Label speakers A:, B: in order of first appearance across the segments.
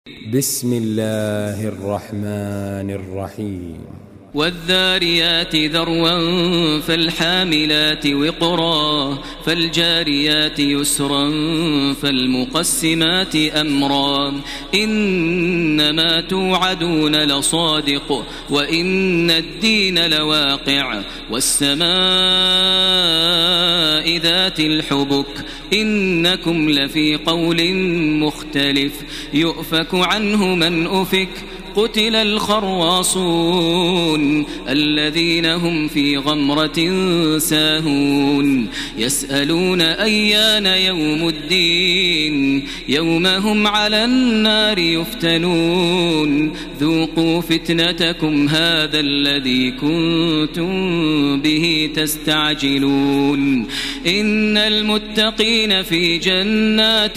A: بسم الله الرحمن الرحيم
B: والذاريات ذروا فالحاملات وقرا فالجاريات يسرا فالمقسمات أمرا إنما توعدون لصادق وإن الدين لواقع والسماء ذات الحبك إنكم لفي قول مختلف يؤفك عنه من أفك قتل الخراصون الذين هم في غمرة ساهون يسألون أيان يوم الدين يوم هم على النار يفتنون ذوقوا فتنتكم هذا الذي كنتم به تستعجلون إن المتقين في جنات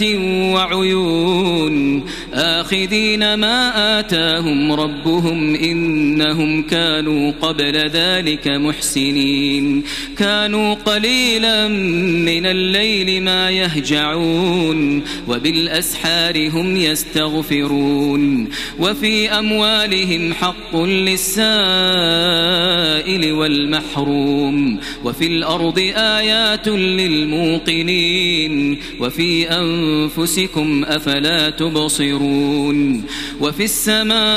B: وعيون آخذين ما آتاهم ربهم إنهم كانوا قبل ذلك محسنين كانوا قليلا من الليل ما يهجعون وبالأسحار هم يستغفرون وفي أموالهم حق للسائل والمحروم وفي الأرض آيات للموقنين وفي أنفسكم أفلا تبصرون وفي السماء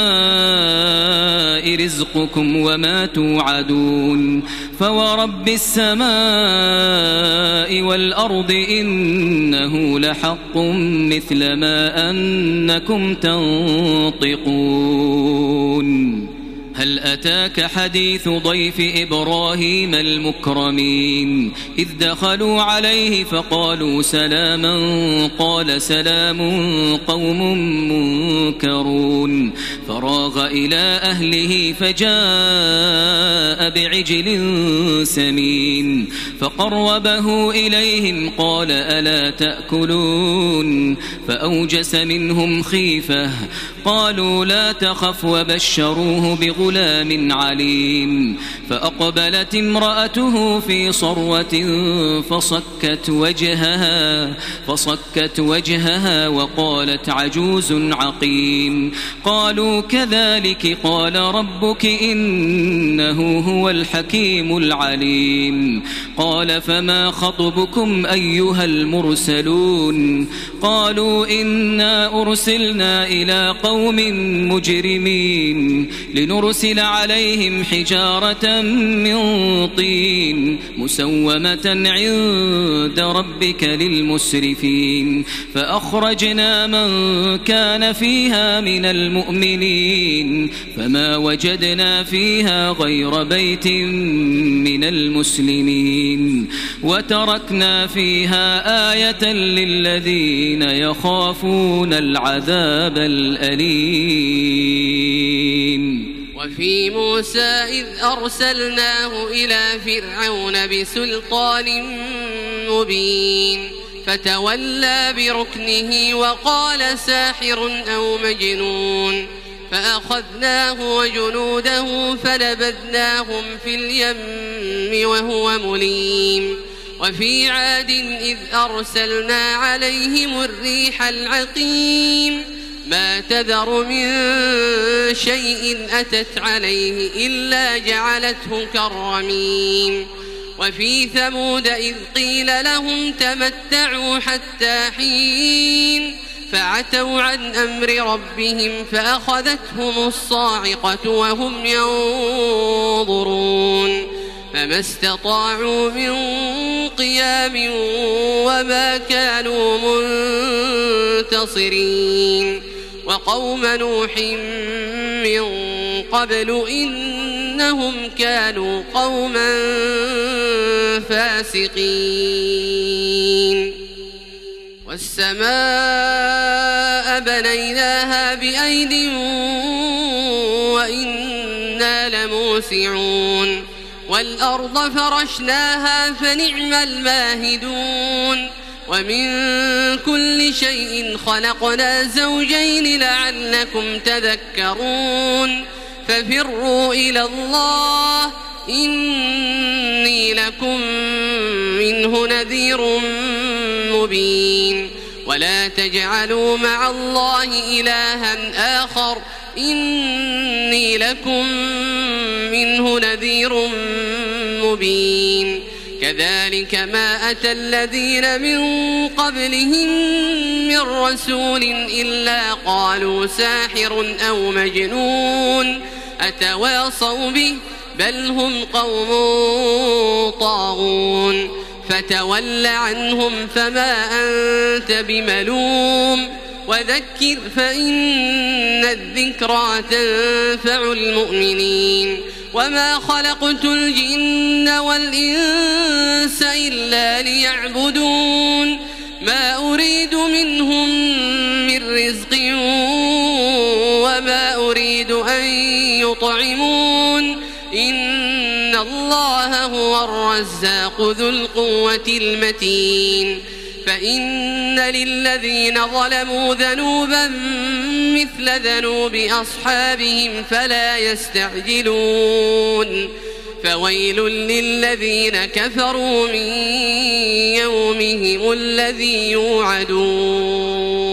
B: رزقكم وما توعدون فورب السماء والأرض إنه لحق مثل ما أنكم تنطقون هل أتاك حديث ضيف إبراهيم المكرمين إذ دخلوا عليه فقالوا سلاما قال سلام قوم منكرون فراغ إلى أهله فجاء بعجل سمين فقربه إليهم قال ألا تأكلون فأوجس منهم خيفة قالوا لا تخف وبشروه بغلام عليم فأقبلت امرأته في صروة فصكت وجهها وقالت عجوز عقيم قالوا كذلك قال ربك إنه هو الحكيم العليم قال فما خطبكم أيها المرسلون قالوا إنا أرسلنا إلى قوم مجرمين لنرسل عليهم حجارة من طين مسومة عند ربك للمسرفين فأخرجنا من كان فيها من المؤمنين فما وجدنا فيها غير بيت من المسلمين وتركنا فيها آية للذين يخافون العذاب الأليم
C: وفي موسى إذ أرسلناه إلى فرعون بسلطان مبين فتولى بركنه وقال ساحر أو مجنون فأخذناه وجنوده فنبذناهم في اليم وهو مليم وفي عاد إذ أرسلنا عليهم الريح العقيم ما تذر من شيء أتت عليه إلا جعلته كالرميم وفي ثمود إذ قيل لهم تمتعوا حتى حين فعتوا عن أمر ربهم فأخذتهم الصاعقة وهم ينظرون فما استطاعوا من قيام وما كانوا منتصرين وقوم نوح من قبل إنهم كانوا قوما فاسقين والسماء بنيناها بأيد وإنا لموسعون والأرض فرشناها فنعم الماهدون ومن كل شيء خلقنا زوجين لعلكم تذكرون ففروا إلى الله إني لكم منه نذير مبين ولا تجعلوا مع الله إلها آخر إني لكم منه نذير مبين كذلك ما أتى الذين من قبلهم من رسول إلا قالوا ساحر أو مجنون أتواصوا به بل هم قوم طاغون فتول عنهم فما أنت بملوم وذكر فإن الذكرى تنفع المؤمنين وما خلقت الجن والإنس إلا ليعبدون ما أريد منهم من رزق وما أريد أن يطعمون إن الله هو الرزاق ذو القوة المتين فإن للذين ظلموا ذنوبا مثل ذنوب أصحابهم فلا يستعجلون فويل للذين كفروا من يومهم الذي يوعدون